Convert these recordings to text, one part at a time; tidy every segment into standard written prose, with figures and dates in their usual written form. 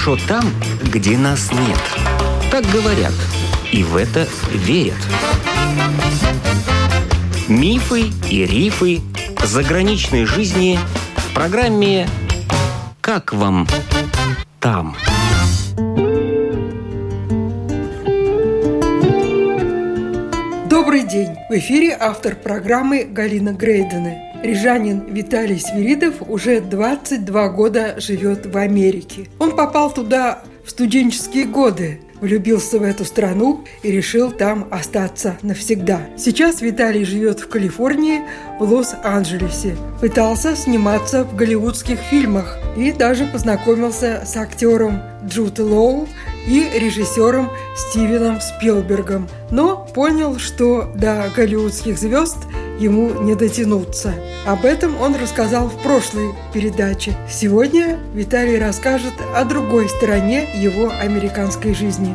хорошо там, где нас нет. Так говорят, и в это верят. Мифы и рифы заграничной жизни в программе «Как вам там?». Добрый день! В эфире автор программы Галина Грейдена. Рижанин Виталий Свиридов уже 22 года живет в Америке. Он попал туда в студенческие годы, влюбился в эту страну и решил там остаться навсегда. Сейчас Виталий живет в Калифорнии, в Лос-Анджелесе. Пытался сниматься в голливудских фильмах и даже познакомился с актером Джуд Лоу и режиссером Стивеном Спилбергом, но понял, что до голливудских звезд ему не дотянуться. Об этом он рассказал в прошлой передаче. Сегодня Виталий расскажет о другой стороне его американской жизни.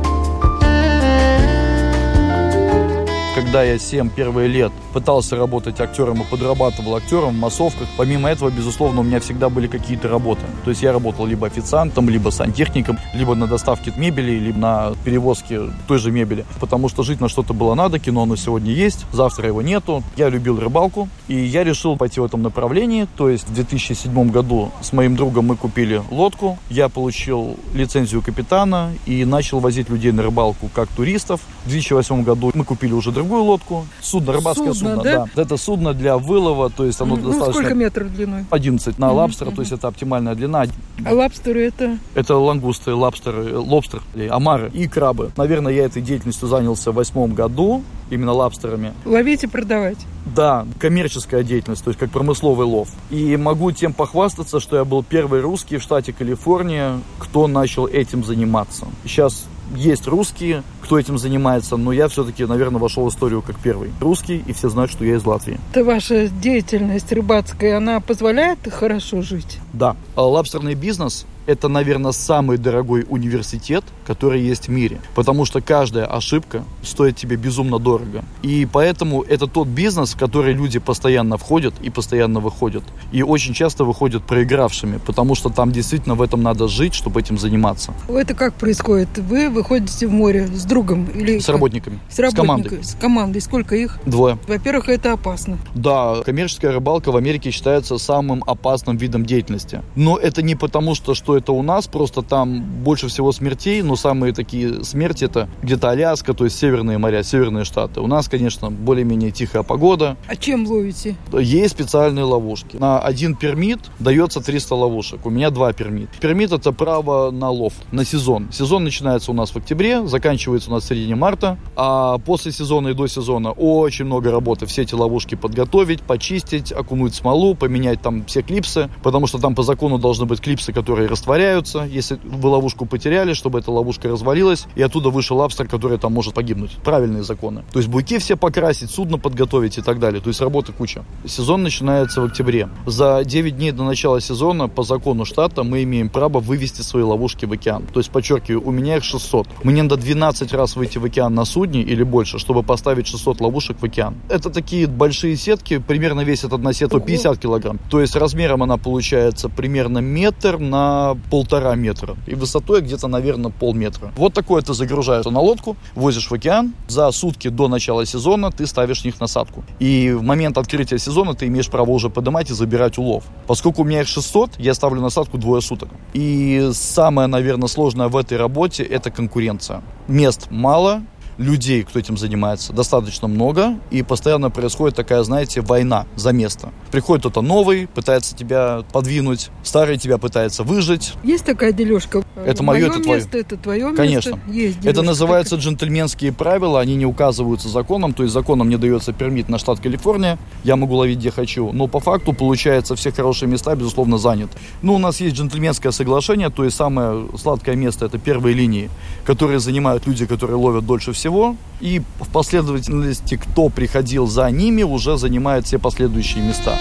Когда я 7 первых лет пытался работать актером и подрабатывал актером в массовках, помимо этого, безусловно, у меня всегда были какие-то работы. То есть я работал либо официантом, либо сантехником, либо на доставке мебели, либо на перевозке той же мебели. Потому что жить на что-то было надо, кино оно сегодня есть, завтра его нету. Я любил рыбалку, и я решил пойти в этом направлении. То есть в 2007 году с моим другом мы купили лодку, я получил лицензию капитана и начал возить людей на рыбалку как туристов. В 2008 году мы купили уже другую лодку. Судно, рыбацкое судно, да? Это судно для вылова, то есть оно достаточно... Сколько метров длиной? 11 на лобстера, то есть это оптимальная длина. А лобстеры это? Это лангусты, лобстер, омары и крабы. Наверное, я этой деятельностью занялся в 2008 году, именно лобстерами. Ловить и продавать? Да, коммерческая деятельность, то есть как промысловый лов. И могу тем похвастаться, что я был первый русский в штате Калифорния, кто начал этим заниматься. Сейчас есть русские, кто этим занимается, но я все-таки, наверное, вошел в историю как первый русский, и все знают, что я из Латвии. Это ваша деятельность рыбацкая, она позволяет хорошо жить? Да. Лобстерный бизнес – это, наверное, самый дорогой университет, который есть в мире, потому что каждая ошибка стоит тебе безумно дорого. И поэтому это тот бизнес, в который люди постоянно входят и постоянно выходят. И очень часто выходят проигравшими, потому что там действительно в этом надо жить, чтобы этим заниматься. Это как происходит? Вы выходите в море с другом? Или с работниками. С командой. С командой. Сколько их? 2. Во-первых, это опасно. Да, коммерческая рыбалка в Америке считается самым опасным видом деятельности. Но это не потому, что это у нас, просто там больше всего смертей, но самые такие смерти это где-то Аляска, то есть северные моря, северные штаты. У нас, конечно, более-менее тихая погода. А чем ловите? Есть специальные ловушки. На один пермит дается 300 ловушек. У меня 2 пермит. Пермит это право на лов, на сезон. Сезон начинается у нас в октябре, заканчивается у нас в середине марта, а после сезона и до сезона очень много работы. Все эти ловушки подготовить, почистить, окунуть смолу, поменять там все клипсы, потому что там по закону должны быть клипсы, которые растворяются, если вы ловушку потеряли, чтобы эта ловушка развалилась, и оттуда вышел лобстер, который там может погибнуть. Правильные законы. То есть буйки все покрасить, судно подготовить и так далее. То есть работы куча. Сезон начинается в октябре. За 9 дней до начала сезона по закону штата мы имеем право вывести свои ловушки в океан. То есть, подчеркиваю, у меня их 600. Мне надо 12 раз выйти в океан на судне или больше, чтобы поставить 600 ловушек в океан. Это такие большие сетки, примерно весит одна сетка 50 килограмм. То есть размером она получается примерно метр на 1,5 метра. И высотой где-то, наверное, полметра. Вот такое ты загружаешь на лодку, возишь в океан. За сутки до начала сезона ты ставишь в них насадку. И в момент открытия сезона ты имеешь право уже поднимать и забирать улов. Поскольку у меня их 600, я ставлю насадку 2 суток. И самое, наверное, сложное в этой работе – это конкуренция. Мест мало, людей, кто этим занимается, достаточно много, и постоянно происходит такая, знаете, война за место. Приходит кто-то новый, пытается тебя подвинуть, старый тебя пытается выжить. Есть такая дележка? Это мое, это твое. Это твое Конечно. место? Есть дележка. Это называется джентльменские правила, они не указываются законом, то есть законом мне дается пермит на штат Калифорния, я могу ловить где хочу, но по факту, получается, все хорошие места, безусловно, заняты. Ну, у нас есть джентльменское соглашение, то есть самое сладкое место – это первые линии, которые занимают люди, которые ловят дольше всего, и в последовательности, кто приходил за ними, уже занимает все последующие места.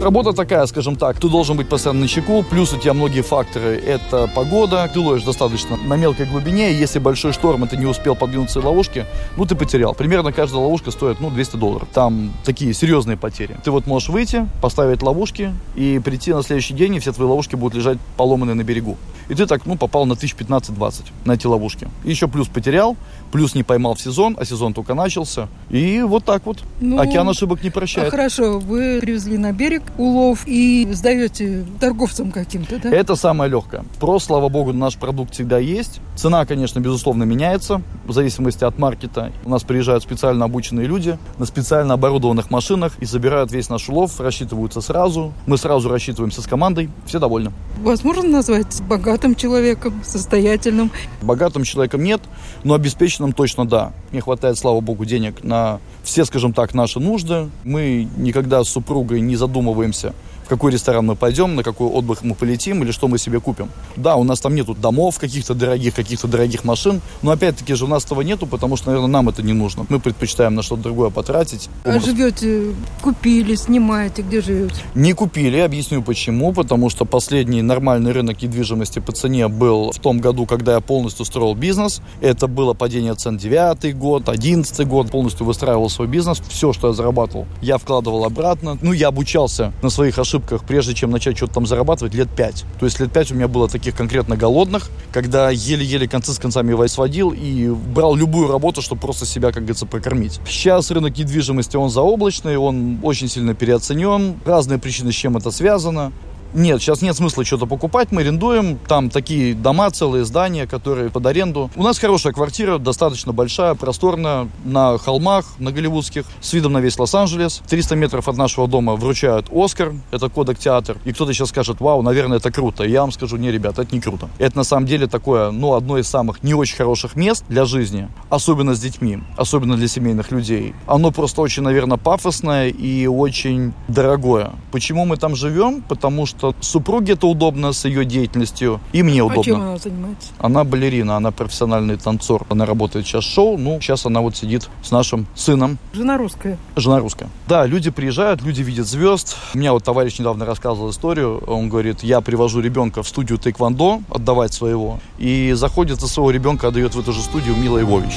Работа такая, скажем так, ты должен быть постоянно начеку, плюс у тебя многие факторы. Это погода, ты ловишь достаточно на мелкой глубине, и если большой шторм, и ты не успел подвинуть свои ловушки, ты потерял. Примерно каждая ловушка стоит, $200. Там такие серьезные потери. Ты вот можешь выйти, поставить ловушки и прийти на следующий день, и все твои ловушки будут лежать поломанные на берегу. И ты так, попал на 15-20 на эти ловушки. И еще плюс потерял, плюс не поймал в сезон, а сезон только начался. И вот так вот. Океан ошибок не прощает. Хорошо, вы привезли на берег улов и сдаете торговцам каким-то, да? Это самое легкое. Слава богу, наш продукт всегда есть. Цена, конечно, безусловно, меняется в зависимости от маркета. У нас приезжают специально обученные люди на специально оборудованных машинах и забирают весь наш улов, рассчитываются сразу. Мы сразу рассчитываемся с командой, все довольны. Вас можно назвать богатым человеком, состоятельным? Богатым человеком нет, но обеспеченным точно да. Мне хватает, слава богу, денег на все, скажем так, наши нужды. Мы никогда с супругой не задумываемся, в какой ресторан мы пойдем, на какой отдых мы полетим или что мы себе купим. Да, у нас там нету домов каких-то дорогих машин, но опять-таки же у нас этого нету, потому что, наверное, нам это не нужно. Мы предпочитаем на что-то другое потратить. А живете, купили, снимаете, где живете? Не купили, объясню почему. Потому что последний нормальный рынок недвижимости по цене был в том году, когда я полностью строил бизнес. Это было падение цен 9-й год, 11-й год. Полностью выстраивал свой бизнес. Все, что я зарабатывал, я вкладывал обратно. Я обучался на своих ошибках, прежде чем начать что-то там зарабатывать, лет 5. То есть лет 5 у меня было таких конкретно голодных, когда еле-еле концы с концами сводил и брал любую работу, чтобы просто себя, как говорится, прокормить. Сейчас рынок недвижимости, он заоблачный, он очень сильно переоценен. Разные причины, с чем это связано. Нет, сейчас нет смысла что-то покупать, мы арендуем, там такие дома, целые здания, которые под аренду. У нас хорошая квартира, достаточно большая, просторная, на холмах, на голливудских, с видом на весь Лос-Анджелес. 300 метров от нашего дома вручают Оскар, это Кодак театр. И кто-то сейчас скажет: вау, наверное, это круто. И я вам скажу: не, ребята, это не круто. Это на самом деле такое, одно из самых не очень хороших мест для жизни, особенно с детьми, особенно для семейных людей. Оно просто очень, наверное, пафосное и очень дорогое. Почему мы там живем? Потому что супруге это удобно с ее деятельностью, и мне удобно. А чем она занимается? Она балерина, она профессиональный танцор. Она работает сейчас в шоу, сейчас она сидит с нашим сыном. Жена русская? Жена русская. Да, люди приезжают, люди видят звезд. У меня товарищ недавно рассказывал историю. Он говорит: я привожу ребенка в студию тэквондо отдавать своего, и заходит за своего ребенка, отдает в эту же студию Мила Йовович.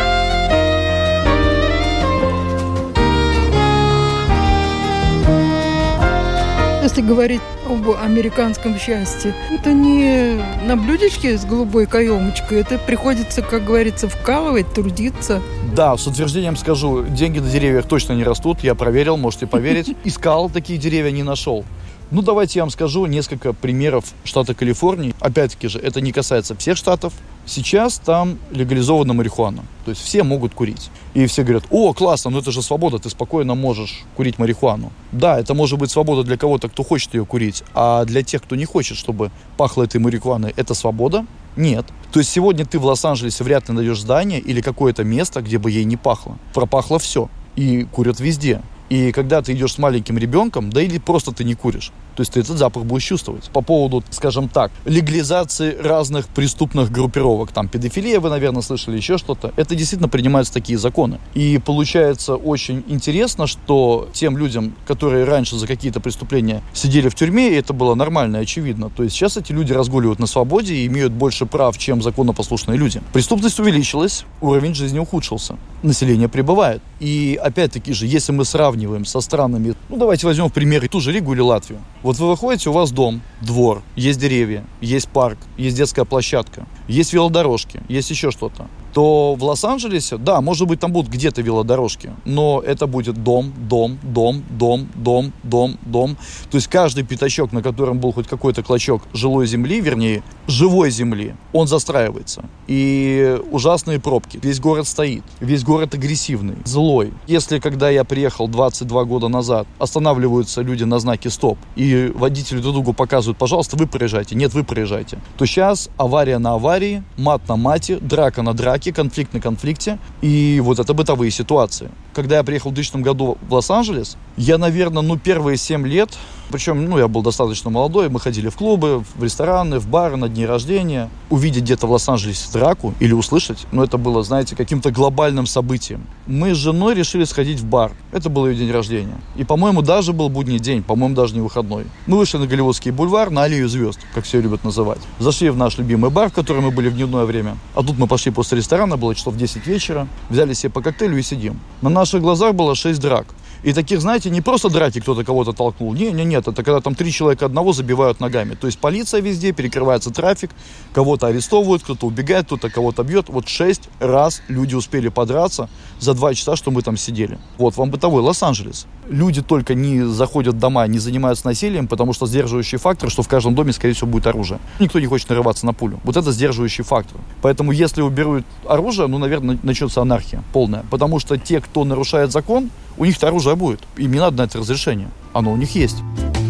Если говорить об американском счастье, это не на блюдечке с голубой каемочкой, это приходится, как говорится, вкалывать, трудиться. Да, с утверждением скажу, деньги на деревьях точно не растут, я проверил, можете поверить. Искал такие деревья, не нашел. Давайте я вам скажу несколько примеров штата Калифорнии. Опять-таки же, это не касается всех штатов. Сейчас там легализована марихуана. То есть все могут курить. И все говорят: о, классно, это же свобода, ты спокойно можешь курить марихуану. Да, это может быть свобода для кого-то, кто хочет ее курить. А для тех, кто не хочет, чтобы пахло этой марихуаной, это свобода? Нет. То есть сегодня ты в Лос-Анджелесе вряд ли найдешь здание или какое-то место, где бы ей не пахло. Пропахло все. И курят везде. И когда ты идешь с маленьким ребенком, да или просто ты не куришь, то есть ты этот запах будешь чувствовать. По поводу, скажем так, легализации разных преступных группировок, там педофилия, вы, наверное, слышали, еще что-то, это действительно принимаются такие законы. И получается очень интересно, что тем людям, которые раньше за какие-то преступления сидели в тюрьме, и это было нормально и очевидно, то есть сейчас эти люди разгуливают на свободе и имеют больше прав, чем законопослушные люди. Преступность увеличилась, уровень жизни ухудшился, население прибывает. И опять-таки же, если мы сравниваем со странами, давайте возьмем в пример ту же Ригу или Латвию. Вот вы выходите, у вас дом, двор, есть деревья, есть парк, есть детская площадка, есть велодорожки, есть еще что-то. То в Лос-Анджелесе, да, может быть, там будут где-то велодорожки, но это будет дом. То есть каждый пятачок, на котором был хоть какой-то клочок жилой земли, вернее, живой земли, он застраивается. И ужасные пробки. Весь город стоит, весь город агрессивный, злой. Если, когда я приехал 22 года назад, останавливаются люди на знаке «стоп», и водители друг другу показывают: пожалуйста, вы проезжайте, нет, вы проезжайте, то сейчас авария на аварии, мат на мате, драка на драке, конфликт на конфликте, и вот это бытовые ситуации. Когда я приехал в 2000 году в Лос-Анджелес, я, наверное, первые 7 лет, причем, я был достаточно молодой, мы ходили в клубы, в рестораны, в бары, на дни рождения. Увидеть где-то в Лос-Анджелесе драку или услышать, это было, знаете, каким-то глобальным событием. Мы с женой решили сходить в бар. Это был ее день рождения. И, по-моему, даже был будний день, по-моему, даже не выходной. Мы вышли на Голливудский бульвар, на аллею звезд, как все любят называть. Зашли в наш любимый бар, в котором мы были в дневное время. А тут мы пошли после ресторана, было часов 10 вечера, взяли себе по коктейлю и сидим. На наших глазах было 6 драк. И таких, знаете, не просто драки, кто-то кого-то толкнул. Нет, это когда там 3 человека одного забивают ногами. То есть полиция везде, перекрывается трафик, кого-то арестовывают, кто-то убегает, кто-то кого-то бьет. 6 раз люди успели подраться за 2 часа, что мы там сидели. Вам бытовой Лос-Анджелес. Люди только не заходят в дома, не занимаются насилием, потому что сдерживающий фактор, что в каждом доме, скорее всего, будет оружие. Никто не хочет нарываться на пулю. Это сдерживающий фактор. Поэтому если уберут оружие, наверное, начнется анархия полная. Потому что те, кто нарушает закон, у них-то оружие будет. Им не надо на это разрешение. Оно у них есть.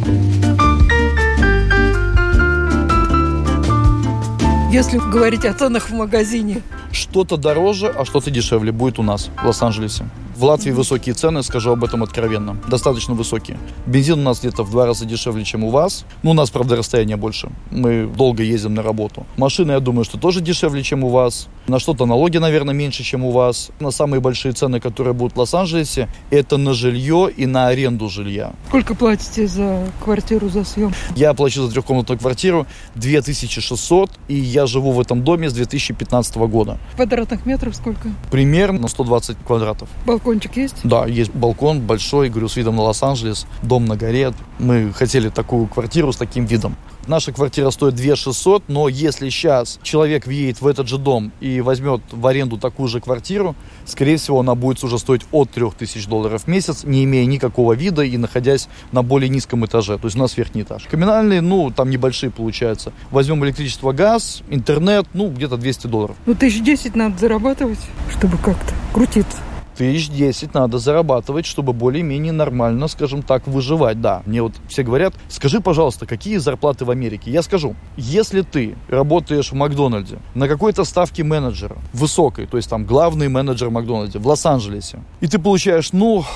Если говорить о ценах в магазине. Что-то дороже, а что-то дешевле будет у нас в Лос-Анджелесе. В Латвии высокие цены, скажу об этом откровенно. Достаточно высокие. Бензин у нас где-то в 2 раза дешевле, чем у вас. У нас, правда, расстояние больше. Мы долго ездим на работу. Машины, я думаю, что тоже дешевле, чем у вас. На что-то налоги, наверное, меньше, чем у вас. На самые большие цены, которые будут в Лос-Анджелесе, это на жилье и на аренду жилья. Сколько платите за квартиру, за съем? Я плачу за 3-комнатную квартиру 2600, и я живу в этом доме с 2015 года. Квадратных метров сколько? Примерно 120 квадратов. Балкончик есть? Да, есть балкон большой, говорю, с видом на Лос-Анджелес, дом на горе. Мы хотели такую квартиру с таким видом. Наша квартира стоит 2600, но если сейчас человек въедет в этот же дом и возьмет в аренду такую же квартиру, скорее всего, она будет уже стоить от $3000 в месяц, не имея никакого вида и находясь на более низком этаже. То есть у нас верхний этаж. Коммунальные, там небольшие получаются. Возьмем электричество, газ, интернет, где-то $200. 1010 надо зарабатывать, чтобы как-то крутиться. 1010 надо зарабатывать, чтобы более-менее нормально, скажем так, выживать. Да, мне все говорят, скажи, пожалуйста, какие зарплаты в Америке? Я скажу, если ты работаешь в Макдональде на какой-то ставке менеджера, высокой, то есть там главный менеджер в Макдональде в Лос-Анджелесе, и ты получаешь,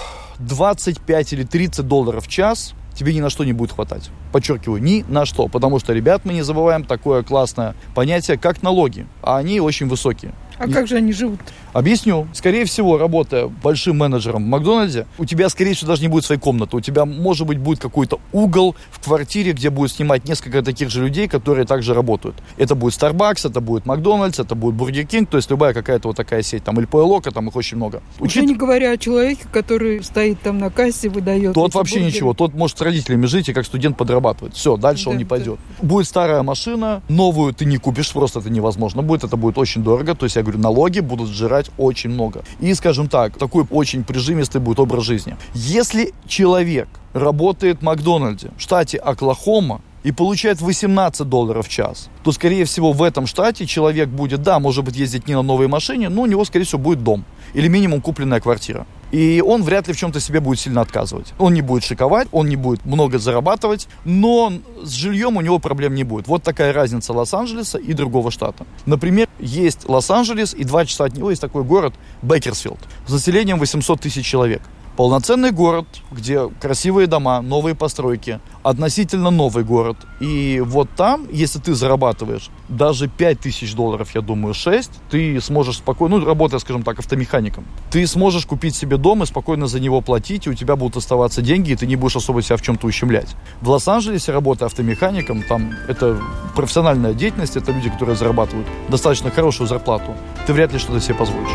$25 или $30 в час, тебе ни на что не будет хватать. Подчеркиваю, ни на что. Потому что, ребят, мы не забываем такое классное понятие, как налоги. А они очень высокие. Как же они живут? Объясню. Скорее всего, работая большим менеджером в Макдональде, у тебя, скорее всего, даже не будет своей комнаты. У тебя, может быть, будет какой-то угол в квартире, где будет снимать несколько таких же людей, которые также работают. Это будет Starbucks, это будет Макдональдс, это будет Burger King, то есть любая какая-то такая сеть. Там Эль Поло, там их очень много. Уже не говоря о человеке, который стоит там на кассе, выдает. Тот вообще бургеры. Ничего. Тот может с родителями жить и как студент подрабатывать. Все, дальше он не пойдет. Будет старая машина, новую ты не купишь, просто это невозможно будет. Это будет очень дорого. То есть, я говорю, налоги будут сжирать очень много. И, скажем так, такой очень прижимистый будет образ жизни. Если человек работает в Макдональде в штате Оклахома и получает $18 в час, то, скорее всего, в этом штате человек будет, может быть, ездить не на новой машине, но у него, скорее всего, будет дом. Или минимум купленная квартира. И он вряд ли в чем-то себе будет сильно отказывать. Он не будет шиковать, он не будет много зарабатывать, но с жильем у него проблем не будет. Вот такая разница Лос-Анджелеса и другого штата. Например, есть Лос-Анджелес, и 2 часа от него есть такой город Бейкерсфилд с населением 800 тысяч человек. Полноценный город, где красивые дома, новые постройки, относительно новый город. И вот там, если ты зарабатываешь даже $5000, я думаю, 6, ты сможешь спокойно, работая, скажем так, автомехаником, ты сможешь купить себе дом и спокойно за него платить, и у тебя будут оставаться деньги, и ты не будешь особо себя в чем-то ущемлять. В Лос-Анджелесе, работая автомехаником, там это профессиональная деятельность, это люди, которые зарабатывают достаточно хорошую зарплату. Ты вряд ли что-то себе позволишь.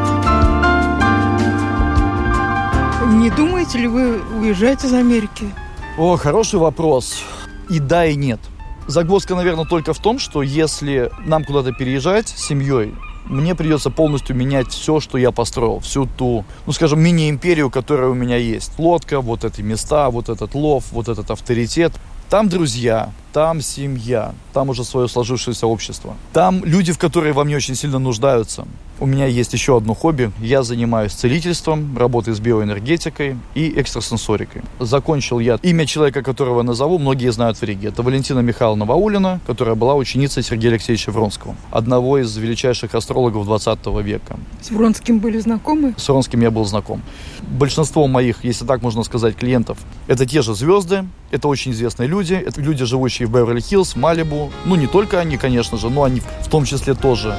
Не думаете ли вы уезжать из Америки? Хороший вопрос. И да, и нет. Загвоздка, наверное, только в том, что если нам куда-то переезжать с семьей, мне придется полностью менять все, что я построил. Всю ту, скажем, мини-империю, которая у меня есть. Лодка, вот эти места, вот этот лов, вот этот авторитет. Там друзья, там семья, там уже свое сложившееся общество. Там люди, в которые во мне очень сильно нуждаются. У меня есть еще одно хобби. Я занимаюсь целительством, работой с биоэнергетикой и экстрасенсорикой. Закончил я имя человека, которого назову, многие знают в Риге. Это Валентина Михайловна Ваулина, которая была ученицей Сергея Алексеевича Вронского, одного из величайших астрологов 20 века. С Вронским были знакомы? С Вронским я был знаком. Большинство моих, если так можно сказать, клиентов, это те же звезды, это очень известные люди, это люди, живущие в Беверли-Хиллз, Малибу. Ну, не только они, конечно же, но они в том числе тоже.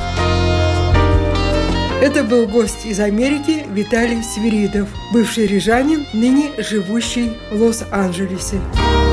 Это был гость из Америки Виталий Свиридов, бывший рижанин, ныне живущий в Лос-Анджелесе.